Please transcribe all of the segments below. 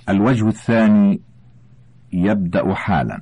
الوجه الثاني يبدأ حالا.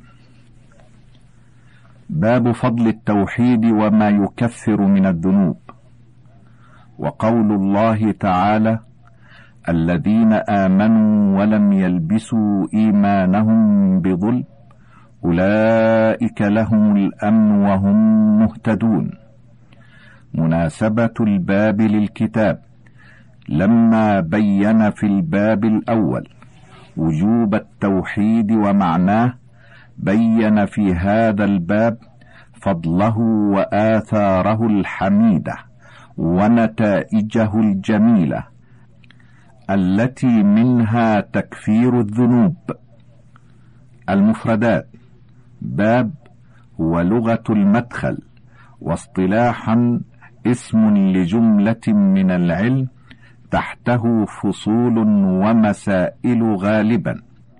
باب فضل التوحيد وما يكفر من الذنوب. وقول الله تعالى: الذين آمنوا ولم يلبسوا إيمانهم بظلم أولئك لهم الأمن وهم مهتدون. مناسبة الباب للكتاب: لما بين في الباب الأول وجوب التوحيد ومعناه، بين في هذا الباب فضله وآثاره الحميدة ونتائجه الجميلة التي منها تكفير الذنوب. المفردات: باب هو لغة المدخل، واصطلاحا اسم لجملة من العلم تحته فصول ومسائل غالبا.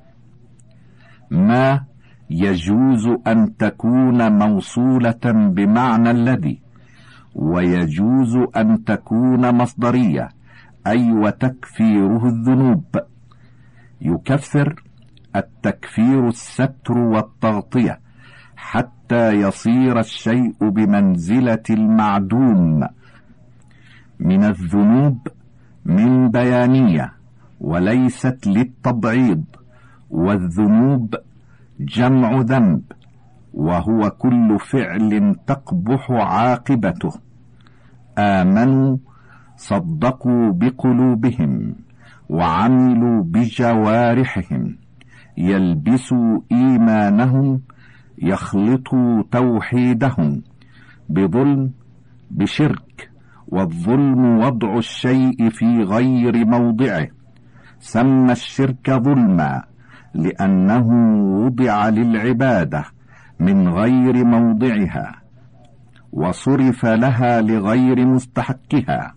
ما يجوز أن تكون موصولة بمعنى الذي، ويجوز أن تكون مصدرية، أي وتكفيره الذنوب. يكفر التكفير الستر والتغطية حتى يصير الشيء بمنزلة المعدوم. من الذنوب من بيانية وليست للتبعيض، والذنوب جمع ذنب، وهو كل فعل تقبح عاقبته. آمنوا صدقوا بقلوبهم وعملوا بجوارحهم، يلبسوا إيمانهم يخلطوا توحيدهم بظلم بشرك، والظلم وضع الشيء في غير موضعه. سمى الشرك ظلما لأنه وضع للعبادة من غير موضعها وصرف لها لغير مستحقها.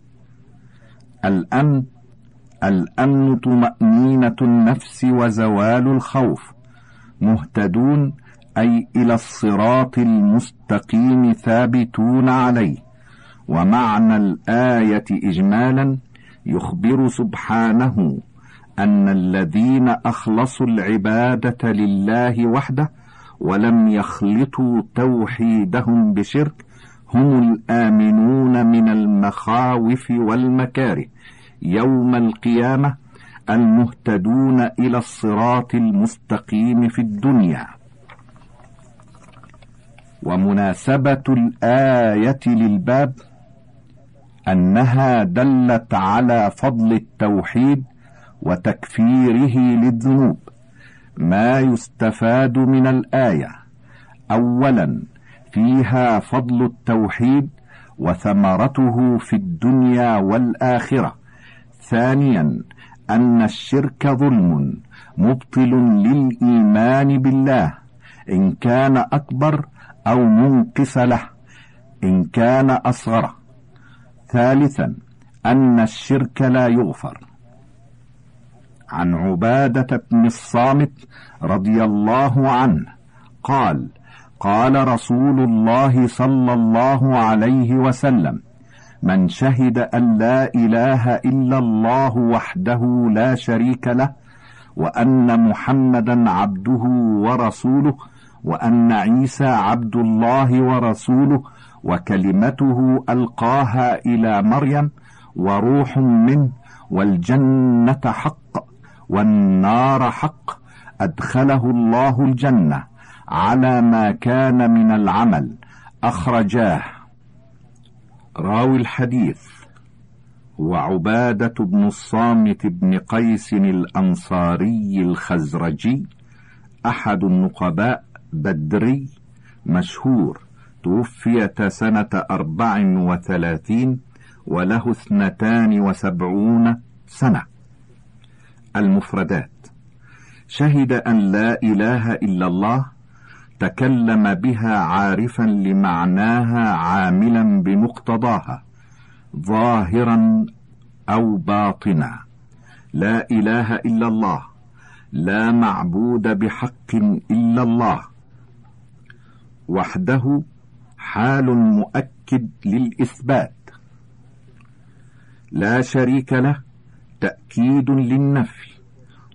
الأمن طمأنينة النفس وزوال الخوف. مهتدون أي إلى الصراط المستقيم ثابتون عليه. ومعنى الآية إجمالا يخبر سبحانه أن الذين أخلصوا العبادة لله وحده ولم يخلطوا توحيدهم بشرك هم الآمنون من المخاوف والمكاره يوم القيامة، المهتدون إلى الصراط المستقيم في الدنيا. ومناسبة الآية للباب أنها دلت على فضل التوحيد وتكفيره للذنوب. ما يستفاد من الآية: أولا فيها فضل التوحيد وثمرته في الدنيا والآخرة. ثانيا أن الشرك ظلم مبطل للإيمان بالله إن كان أكبر أو منقص له إن كان أصغر. ثالثا أن الشرك لا يغفر. عن عبادة بن الصامت رضي الله عنه قال: قال رسول الله صلى الله عليه وسلم: من شهد أن لا إله إلا الله وحده لا شريك له، وأن محمدا عبده ورسوله، وأن عيسى عبد الله ورسوله، وكلمته ألقاها إلى مريم، وروح منه، والجنة حق والنار حق، أدخله الله الجنة على ما كان من العمل. أخرجاه. راوي الحديث هو عبادة بن الصامت بن قيس الأنصاري الخزرجي، أحد النقباء، بدري، مشهور، توفي سنة 34 وله 72 سنة. المفردات: شهد أن لا إله إلا الله، تكلم بها عارفا لمعناها عاملا بمقتضاها ظاهرا أو باطنا. لا إله إلا الله، لا معبود بحق إلا الله. وحده حال مؤكد للإثبات. لا شريك له تأكيد للنفي.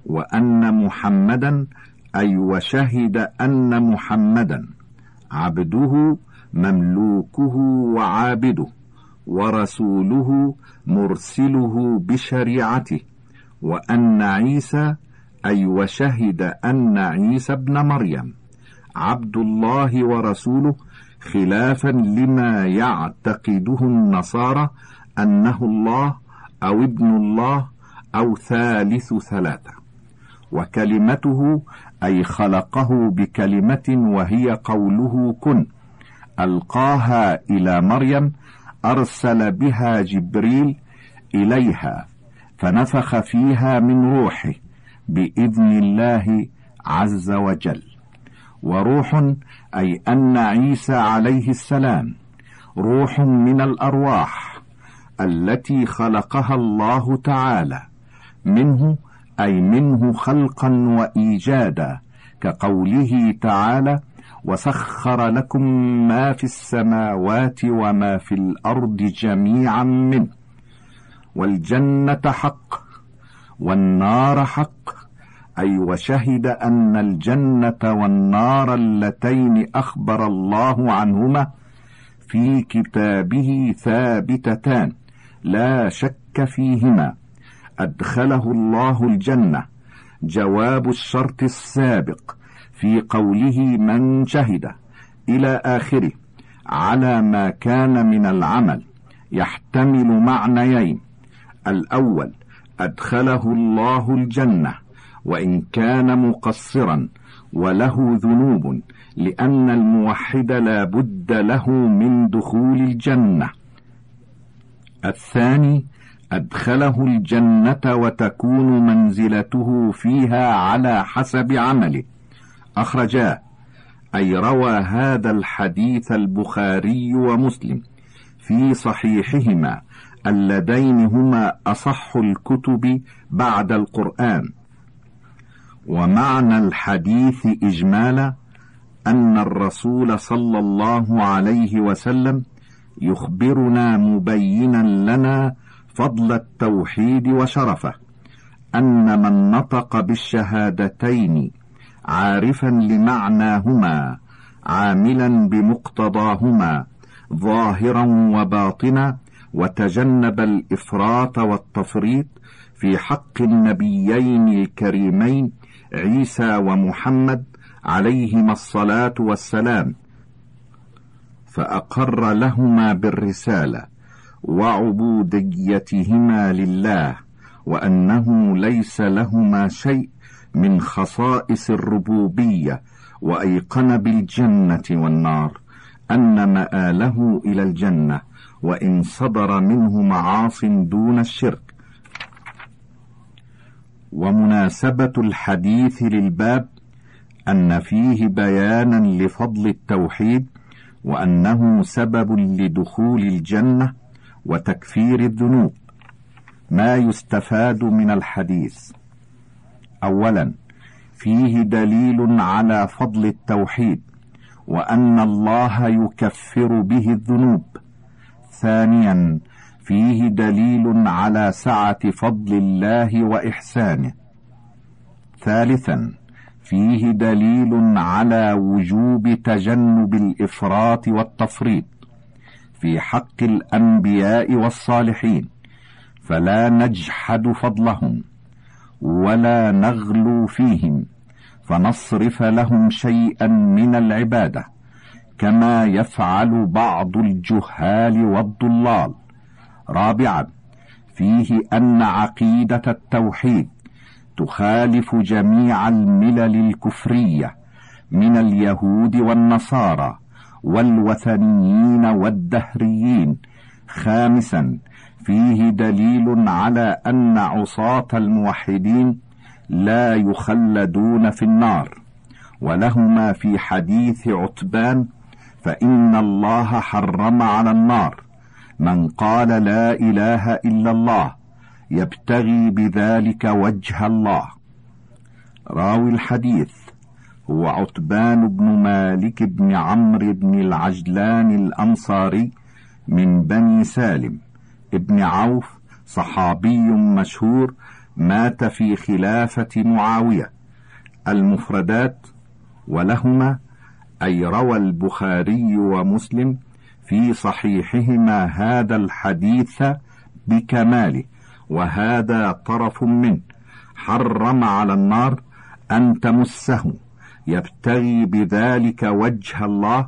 وأن محمدا أي وشهد أن محمدا عبده مملوكه وعابده ورسوله مرسله بشريعته، وأن عيسى أي وشهد أن عيسى ابن مريم عبد الله ورسوله، خلافا لما يعتقده النصارى أنه الله أو ابن الله أو ثالث ثلاثة. وكلمته أي خلقه بكلمة وهي قوله كن، ألقاها إلى مريم، أرسل بها جبريل إليها فنفخ فيها من روحه بإذن الله عز وجل. وروح أي أن عيسى عليه السلام روح من الأرواح التي خلقها الله تعالى منه، أي منه خلقا وإيجادا، كقوله تعالى وسخر لكم ما في السماوات وما في الأرض جميعا منه. والجنة حق والنار حق، أي وشهد أن الجنة والنار اللتين أخبر الله عنهما في كتابه ثابتتان لا شك فيهما، أدخله الله الجنة، جواب الشرط السابق في قوله من شهد إلى آخره على ما كان من العمل، يحتمل معنيين: الأول أدخله الله الجنة وإن كان مقصرا وله ذنوب، لأن الموحد لا بد له من دخول الجنة. الثاني أدخله الجنة وتكون منزلته فيها على حسب عمله. أخرجاه، أي روى هذا الحديث البخاري ومسلم في صحيحهما اللذين هما أصح الكتب بعد القرآن. ومعنى الحديث إجمالا أن الرسول صلى الله عليه وسلم يخبرنا مبينا لنا فضل التوحيد وشرفه، أن من نطق بالشهادتين عارفا لمعناهما عاملا بمقتضاهما ظاهرا وباطنا، وتجنب الإفراط والتفريط في حق النبيين الكريمين عيسى ومحمد عليهما الصلاة والسلام، فأقر لهما بالرسالة وعبوديتهما لله، وأنه ليس لهما شيء من خصائص الربوبية، وأيقن بالجنة والنار، أن مآله إلى الجنة وإن صدر منه معاص دون الشرك. ومناسبة الحديث للباب أن فيه بيانا لفضل التوحيد، وأنه سبب لدخول الجنة وتكفير الذنوب. ما يستفاد من الحديث: أولا، فيه دليل على فضل التوحيد، وأن الله يكفر به الذنوب. ثانيا، فيه دليل على سعة فضل الله وإحسانه. ثالثا، فيه دليل على وجوب تجنب الإفراط والتفريط في حق الأنبياء والصالحين، فلا نجحد فضلهم ولا نغلو فيهم، فنصرف لهم شيئا من العبادة كما يفعل بعض الجهال والضلال. رابعا، فيه أن عقيدة التوحيد تخالف جميع الملل الكفرية من اليهود والنصارى والوثنيين والدهريين. خامسا، فيه دليل على أن عصاة الموحدين لا يخلدون في النار، ولهما في حديث عتبان: فإن الله حرم على النار من قال لا إله إلا الله يبتغي بذلك وجه الله. راوي الحديث هو عتبان بن مالك بن عمرو بن العجلان الأنصاري من بني سالم ابن عوف، صحابي مشهور مات في خلافة معاوية. المفردات ولهما، أي روى البخاري ومسلم في صحيحهما هذا الحديث بكماله، وهذا طرف منه: حرم على النار أن تمسه يبتغي بذلك وجه الله،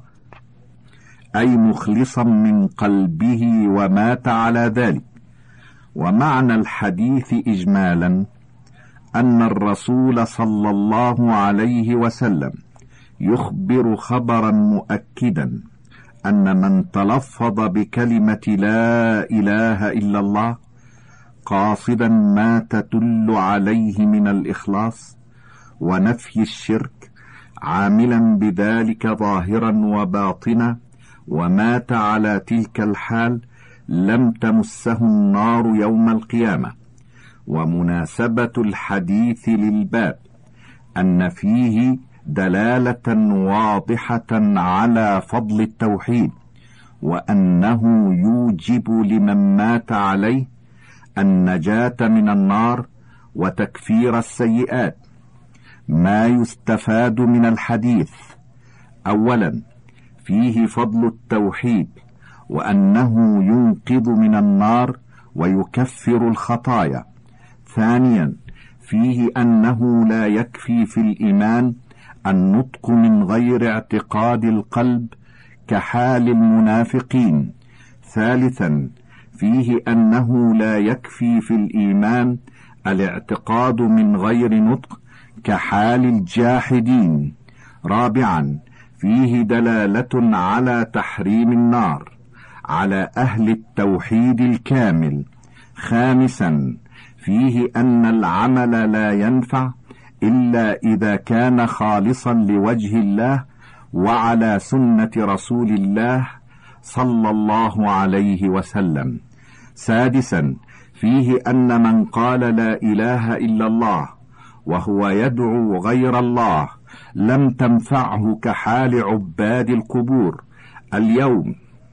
أي مخلصا من قلبه، ومات على ذلك. ومعنى الحديث إجمالا أن الرسول صلى الله عليه وسلم يخبر خبرا مؤكدا أن من تلفظ بكلمة لا إله إلا الله قاصدا ما تدل عليه من الإخلاص ونفي الشرك، عاملا بذلك ظاهرا وباطنا، ومات على تلك الحال، لم تمسه النار يوم القيامة. ومناسبة الحديث للباب أن فيه دلالة واضحة على فضل التوحيد، وأنه يوجب لمن مات عليه النجاة من النار وتكفير السيئات. ما يستفاد من الحديث: أولا، فيه فضل التوحيد، وأنه ينقذ من النار ويكفر الخطايا. ثانيا، فيه أنه لا يكفي في الإيمان النطق من غير اعتقاد القلب كحال المنافقين. ثالثا، فيه أنه لا يكفي في الإيمان الاعتقاد من غير نطق كحال الجاحدين. رابعا، فيه دلالة على تحريم النار على أهل التوحيد الكامل. خامسا، فيه أن العمل لا ينفع إلا إذا كان خالصا لوجه الله وعلى سنة رسول الله صلى الله عليه وسلم. سادسا، فيه أن من قال لا إله إلا الله وهو يدعو غير الله لم تنفعه كحال عباد القبور اليوم،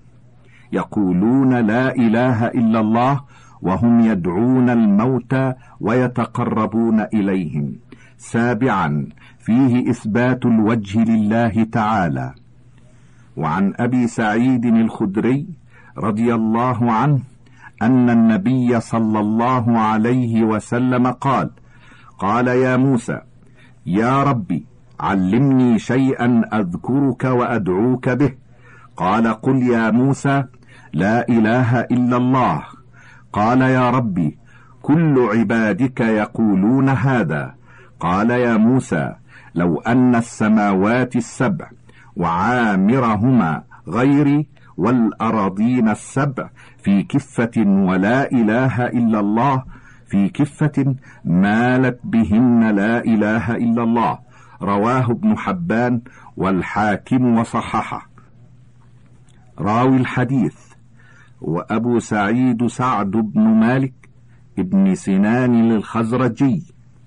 يقولون لا إله إلا الله وهم يدعون الموتى ويتقربون إليهم. سابعا، فيه إثبات الوجه لله تعالى. وعن أبي سعيد الخدري رضي الله عنه أن النبي صلى الله عليه وسلم قال يا موسى: يا ربي علمني شيئا أذكرك وأدعوك به. قال: قل يا موسى: لا إله إلا الله. قال: يا ربي كل عبادك يقولون هذا. قال: يا موسى لو أن السماوات السبع وعامرهما غيري والأراضين السبع في كفة ولا إله إلا الله في كفة مالت بهن لا إله إلا الله. رواه ابن حبان والحاكم وصححه. راوي الحديث: وأبو سعيد سعد بن مالك ابن سنان الخزرجي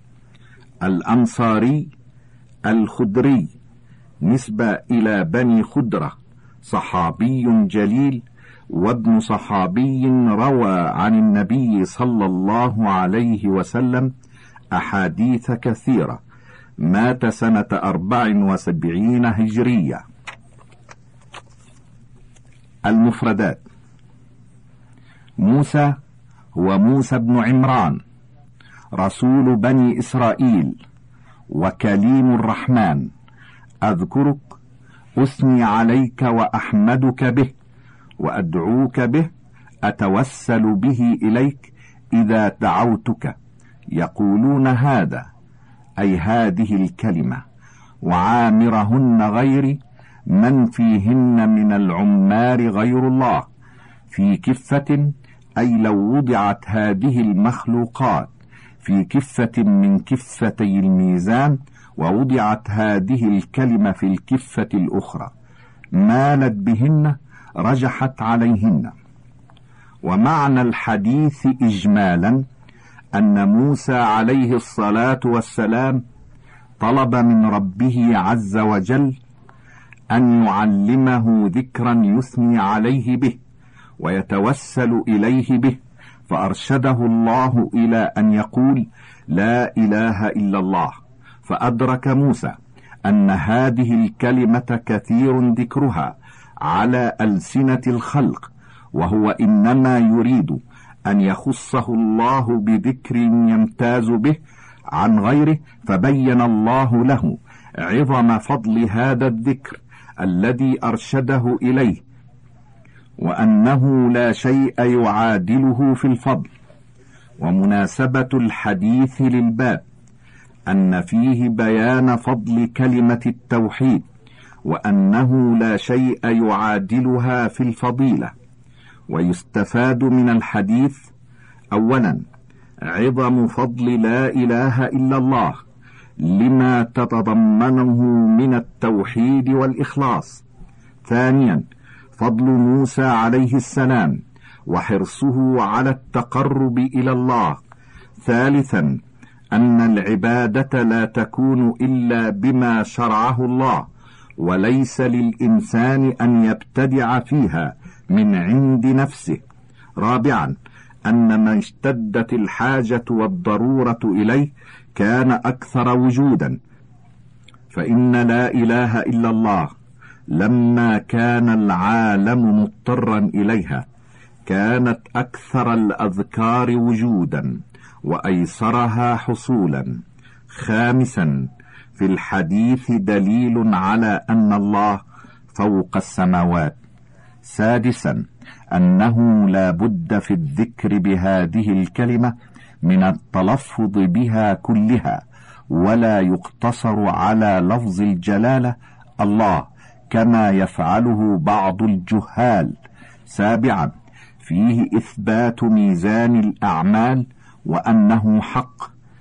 الأنصاري الخدري، نسبة إلى بني خدرة، صحابي جليل وابن صحابي، روى عن النبي صلى الله عليه وسلم أحاديث كثيرة. مات سنة 74 هجرية. المفردات: موسى هو موسى بن عمران، رسول بني إسرائيل وكليم الرحمن. أذكرك، أثني عليك وأحمدك به وأدعوك به، أتوسل به إليك إذا دعوتك. يقولون هذا، أي هذه الكلمة، وعامرهن غيري، من فيهن من العمار غير الله، في كفة، أي لو وضعت هذه المخلوقات في كفة من كفتي الميزان ووضعت هذه الكلمة في الكفة الأخرى مالت بهن، رجحت عليهن. ومعنى الحديث إجمالا أن موسى عليه الصلاة والسلام طلب من ربه عز وجل أن يعلمه ذكرا يثني عليه به ويتوسل إليه به، فأرشده الله إلى أن يقول لا إله إلا الله، فأدرك موسى أن هذه الكلمة كثير ذكرها على ألسنة الخلق، وهو إنما يريد أن يخصه الله بذكر يمتاز به عن غيره، فبين الله له عظم فضل هذا الذكر الذي أرشده إليه، وأنه لا شيء يعادله في الفضل. ومناسبة الحديث للباب أن فيه بيان فضل كلمة التوحيد، وأنه لا شيء يعادلها في الفضيلة. ويستفاد من الحديث أولا عظم فضل لا إله إلا الله لما تتضمنه من التوحيد والإخلاص. ثانيا فضل موسى عليه السلام وحرصه على التقرب إلى الله. ثالثا أن العبادة لا تكون إلا بما شرعه الله، وليس للإنسان أن يبتدع فيها من عند نفسه. رابعا أن من اشتدت الحاجة والضرورة إليه كان أكثر وجودا، فإن لا إله إلا الله لما كان العالم مضطرا إليها كانت أكثر الأذكار وجودا وأيسرها حصولا. خامسا في الحديث دليل على أن الله فوق السماوات. سادسا أنه لا بد في الذكر بهذه الكلمة من التلفظ بها كلها، ولا يقتصر على لفظ الجلالة الله كما يفعله بعض الجهال. سابعا فيه إثبات ميزان الأعمال وأنه حق.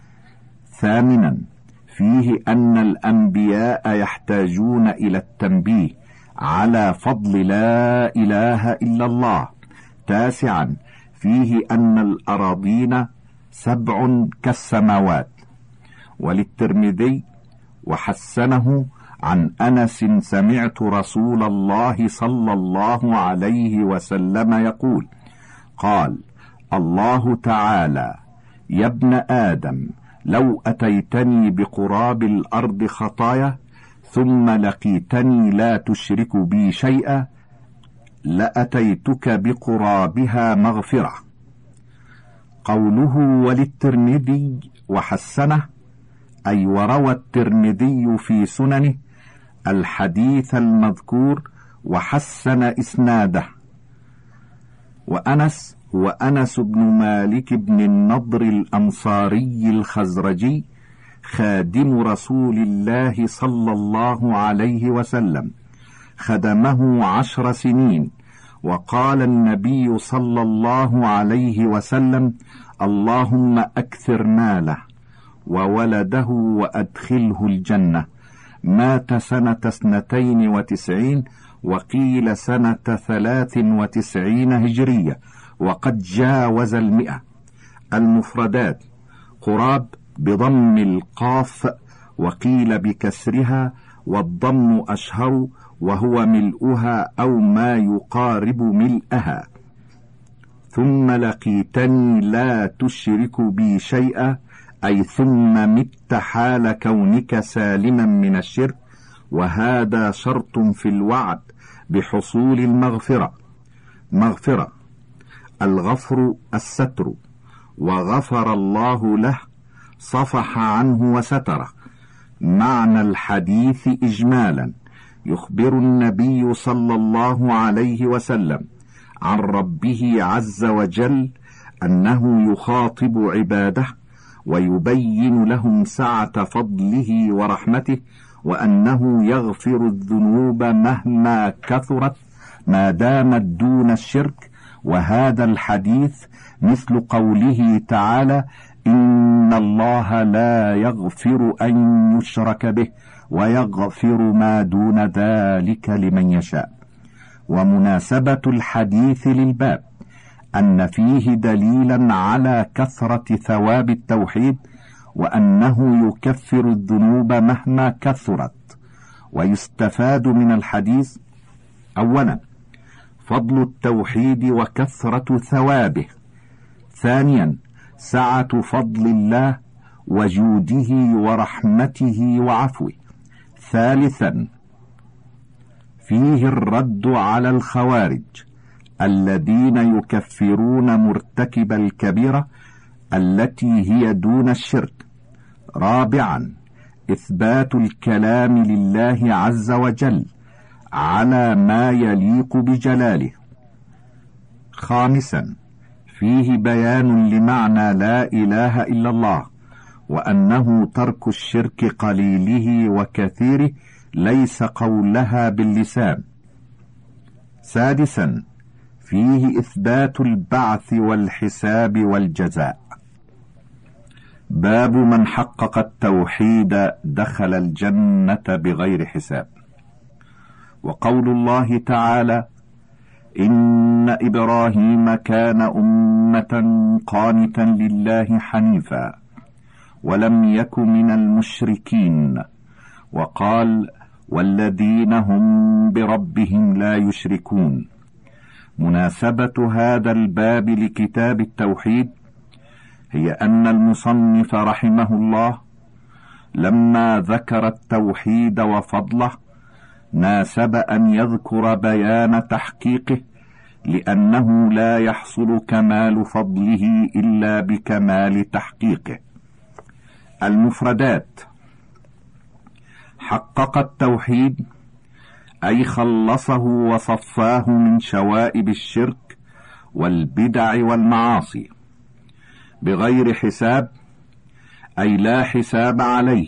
ثامنا فيه أن الأنبياء يحتاجون إلى التنبيه على فضل لا إله إلا الله. تاسعا فيه أن الأراضين 7 كالسماوات. وللترمذي وحسنه عن أنس سمعت رسول الله صلى الله عليه وسلم يقول قال الله تعالى يا ابن آدم لو أتيتني بقراب الأرض خطايا ثم لقيتني لا تشرك بي شيئا لأتيتك بقرابها مغفرة. قوله وللترمذي وحسنه أي وروى الترمذي في سننه الحديث المذكور وحسن إسناده. وأنس هو أنس بن مالك بن النضر الأنصاري الخزرجي خادم رسول الله صلى الله عليه وسلم، خدمه 10 سنين. وقال النبي صلى الله عليه وسلم اللهم أكثر ماله وولده وأدخله الجنة. مات سنة 92 وقيل سنة 93 هجرية، وقد جاوز 100. المفردات قراب بضم القاف وقيل بكسرها، والضم أشهر وهو ملؤها أو ما يقارب ملئها. ثم لقيتني لا تشرك بي شيئا أي ثم مت حال كونك سالما من الشرك، وهذا شرط في الوعد بحصول المغفرة. مغفرة الغفر الستر، وغفر الله له صفح عنه وستره. معنى الحديث إجمالا يخبر النبي صلى الله عليه وسلم عن ربه عز وجل أنه يخاطب عباده ويبين لهم سعة فضله ورحمته، وأنه يغفر الذنوب مهما كثرت ما دامت دون الشرك. وهذا الحديث مثل قوله تعالى إن الله لا يغفر أن يشرك به ويغفر ما دون ذلك لمن يشاء. ومناسبة الحديث للباب أن فيه دليلا على كثرة ثواب التوحيد، وأنه يكفر الذنوب مهما كثرت. ويستفاد من الحديث أولا فضل التوحيد وكثرة ثوابه. ثانيا سعة فضل الله وجوده ورحمته وعفوه. ثالثا فيه الرد على الخوارج الذين يكفرون مرتكب الكبيرة التي هي دون الشرك. رابعا إثبات الكلام لله عز وجل على ما يليق بجلاله. خامسا فيه بيان لمعنى لا إله إلا الله، وأنه ترك الشرك قليله وكثيره ليس قولها باللسان. سادسا فيه إثبات البعث والحساب والجزاء. باب من حقق التوحيد دخل الجنة بغير حساب. وقول الله تعالى: إن إبراهيم كان أمة قانتا لله حنيفا ولم يك من المشركين. وقال: والذين هم بربهم لا يشركون. مناسبة هذا الباب لكتاب التوحيد هي أن المصنف رحمه الله لما ذكر التوحيد وفضله ناسب أن يذكر بيان تحقيقه، لأنه لا يحصل كمال فضله إلا بكمال تحقيقه. المفردات: حقق التوحيد أي خلصه وصفاه من شوائب الشرك والبدع والمعاصي. بغير حساب أي لا حساب عليه.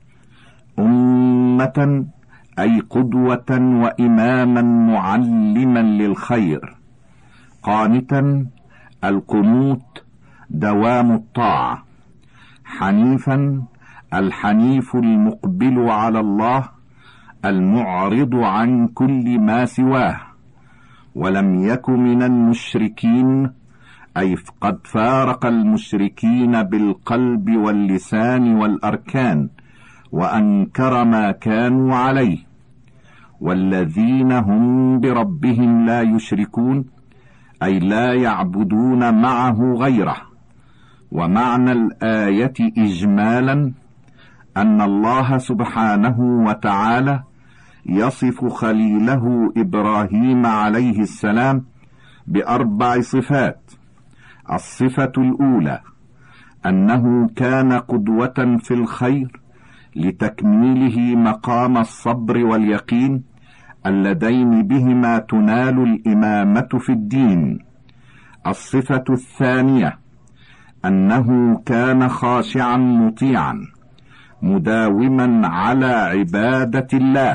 أمة أي قدوة وإماما معلما للخير. قانتا القنوت دوام الطاعة. حنيفا الحنيف المقبل على الله المعرض عن كل ما سواه. ولم يك من المشركين أي قد فارق المشركين بالقلب واللسان والأركان وأنكر ما كانوا عليه. والذين هم بربهم لا يشركون أي لا يعبدون معه غيره. ومعنى الآية إجمالا أن الله سبحانه وتعالى يصف خليله إبراهيم عليه السلام ب4 صفات. الصفة الأولى أنه كان قدوة في الخير لتكميله مقام الصبر واليقين اللذين بهما تنال الإمامة في الدين. الصفة الثانية أنه كان خاشعا مطيعا مداوما على عبادة الله.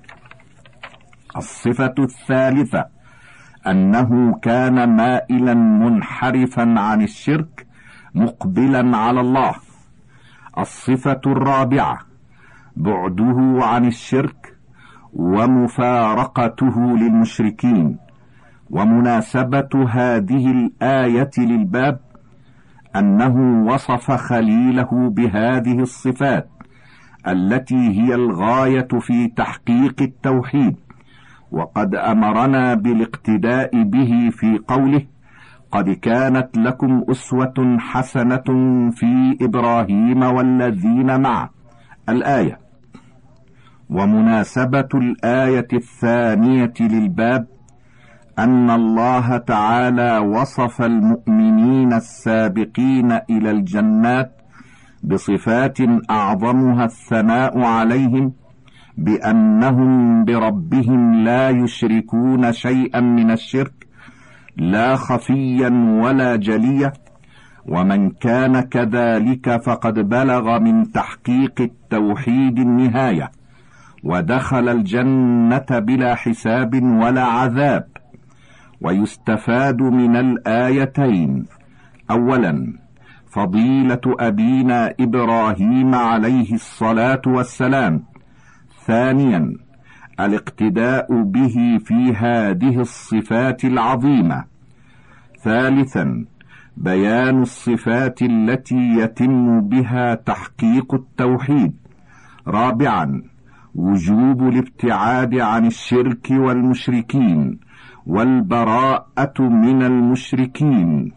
الصفة الثالثة أنه كان مائلا منحرفا عن الشرك مقبلا على الله. الصفة الرابعة بعده عن الشرك ومفارقته للمشركين. ومناسبة هذه الآية للباب أنه وصف خليله بهذه الصفات التي هي الغاية في تحقيق التوحيد، وقد أمرنا بالاقتداء به في قوله: قد كانت لكم أسوة حسنة في إبراهيم والذين معه. الآية. ومناسبة الآية الثانية للباب أن الله تعالى وصف المؤمنين السابقين إلى الجنات بصفات أعظمها الثناء عليهم بأنهم بربهم لا يشركون شيئا من الشرك لا خفيا ولا جليا. ومن كان كذلك فقد بلغ من تحقيق التوحيد النهاية ودخل الجنة بلا حساب ولا عذاب. ويستفاد من الآيتين: أولا فضيلة أبينا إبراهيم عليه الصلاة والسلام. ثانيا الاقتداء به في هذه الصفات العظيمة. ثالثا بيان الصفات التي يتم بها تحقيق التوحيد. رابعا وجوب الابتعاد عن الشرك والمشركين والبراءة من المشركين.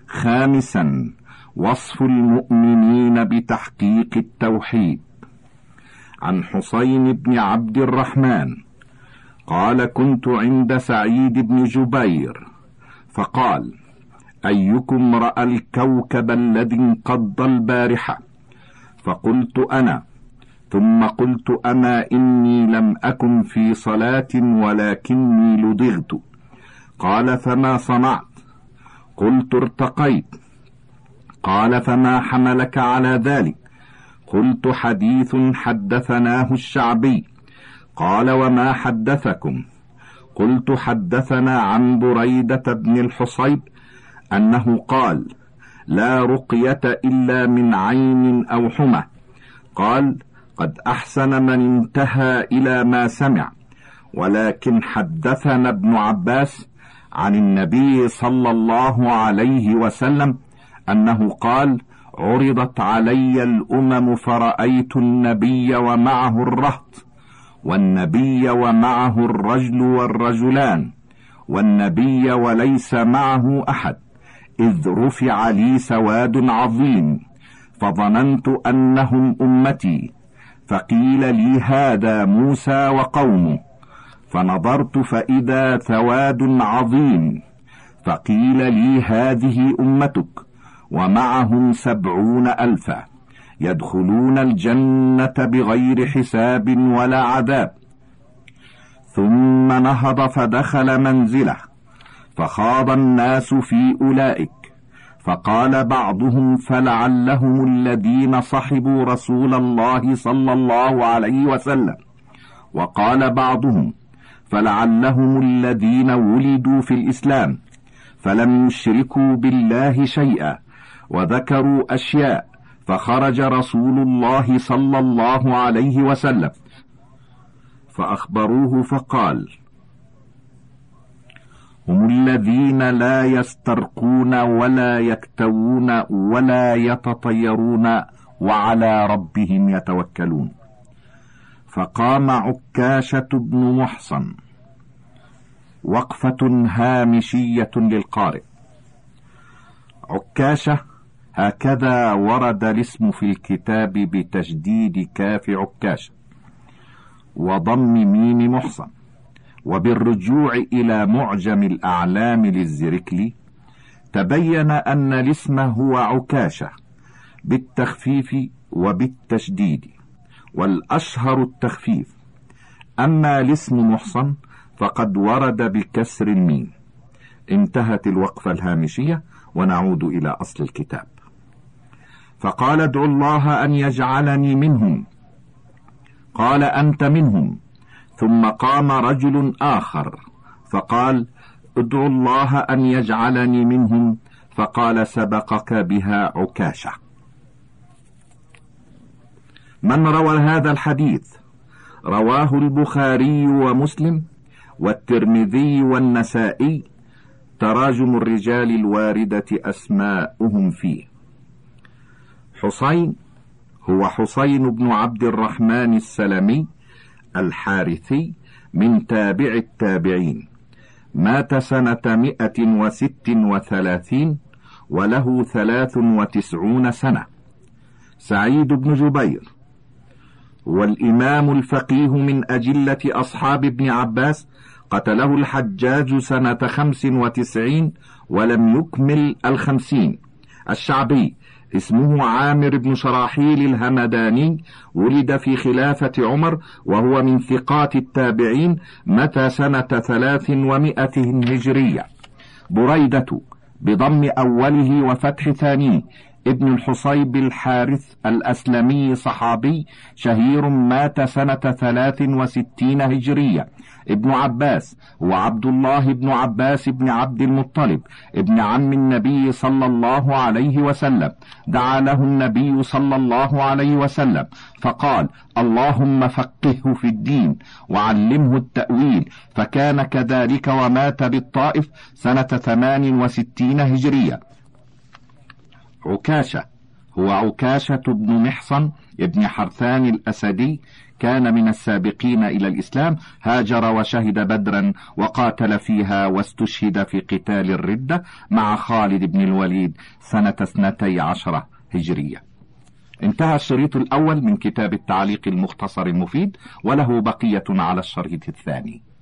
خامسا، وصف المؤمنين بتحقيق التوحيد. عن حسين بن عبد الرحمن قال: كنت عند سعيد بن جبير فقال: أيكم رأى الكوكب الذي انقض البارحة؟ فقلت: أنا. ثم قلت: أما إني لم أكن في صلاة ولكني لدغت. قال: فما صنعت؟ قلت: ارتقيت. قال: فما حملك على ذلك؟ قلت: حديث حدثناه الشعبي. قال: وما حدثكم؟ قلت: حدثنا عن بريدة بن الحصيب أنه قال: لا رقية إلا من عين أو حمى. قال: قد أحسن من انتهى إلى ما سمع. ولكن حدثنا ابن عباس عن النبي صلى الله عليه وسلم أنه قال: عرضت علي الأمم فرأيت النبي ومعه الرهط، والنبي ومعه الرجل والرجلان، والنبي وليس معه أحد، إذ رفع لي سواد عظيم فظننت أنهم أمتي، فقيل لي: هذا موسى وقومه. فنظرت فإذا سواد عظيم، فقيل لي: هذه أمتك ومعهم 70,000 يدخلون الجنة بغير حساب ولا عذاب. ثم نهض فدخل منزله، فخاض الناس في أولئك، فقال بعضهم: فلعلهم الذين صحبوا رسول الله صلى الله عليه وسلم. وقال بعضهم: فلعلهم الذين ولدوا في الإسلام فلم يشركوا بالله شيئا، وذكروا أشياء. فخرج رسول الله صلى الله عليه وسلم فأخبروه فقال: هم الذين لا يسترقون ولا يكتوون ولا يتطيرون وعلى ربهم يتوكلون. فقام عكاشة بن محصن. وقفة هامشية للقارئ. عكاشة هكذا ورد الاسم في الكتاب بتشديد كاف عكاشة وضم ميم محصن. وبالرجوع إلى معجم الأعلام للزركلي تبين أن الاسم هو عكاشة بالتخفيف وبالتشديد، والأشهر التخفيف. أما الاسم محصن فقد ورد بكسر الميم. انتهت الوقفة الهامشية، ونعود إلى أصل الكتاب. فقال: ادعوا الله أن يجعلني منهم. قال: أنت منهم. ثم قام رجل آخر فقال: ادعوا الله أن يجعلني منهم. فقال: سبقك بها عكاشة. من روى هذا الحديث؟ رواه البخاري ومسلم والترمذي والنسائي. تراجم الرجال الواردة أسماؤهم فيه. حسين هو حسين بن عبد الرحمن السلمي الحارثي من تابع التابعين، مات سنة 136 وله 93 سنة. سعيد بن جبير هو الإمام الفقيه من أجلة أصحاب ابن عباس، قتله الحجاج سنة 95 ولم يكمل 50. الشعبي اسمه عامر بن شراحيل الهمداني، ولد في خلافة عمر وهو من ثقات التابعين، متى سنة 300 هجرية. بريدة بضم أوله وفتح ثانيه ابن الحصيب الحارث الأسلمي، صحابي شهير، مات سنة 63 هجرية. ابن عباس هو عبد الله بن عباس بن عبد المطلب ابن عم النبي صلى الله عليه وسلم. دعا له النبي صلى الله عليه وسلم فقال: اللهم فقهه في الدين وعلمه التأويل، فكان كذلك، ومات بالطائف سنة 68 هجرية. عكاشة هو عكاشة بن محصن ابن حرثان الأسدي، كان من السابقين إلى الإسلام، هاجر وشهد بدرا وقاتل فيها واستشهد في قتال الردة مع خالد بن الوليد سنة 12 هجرية. انتهى الشريط الأول من كتاب التعليق المختصر المفيد، وله بقية على الشريط الثاني.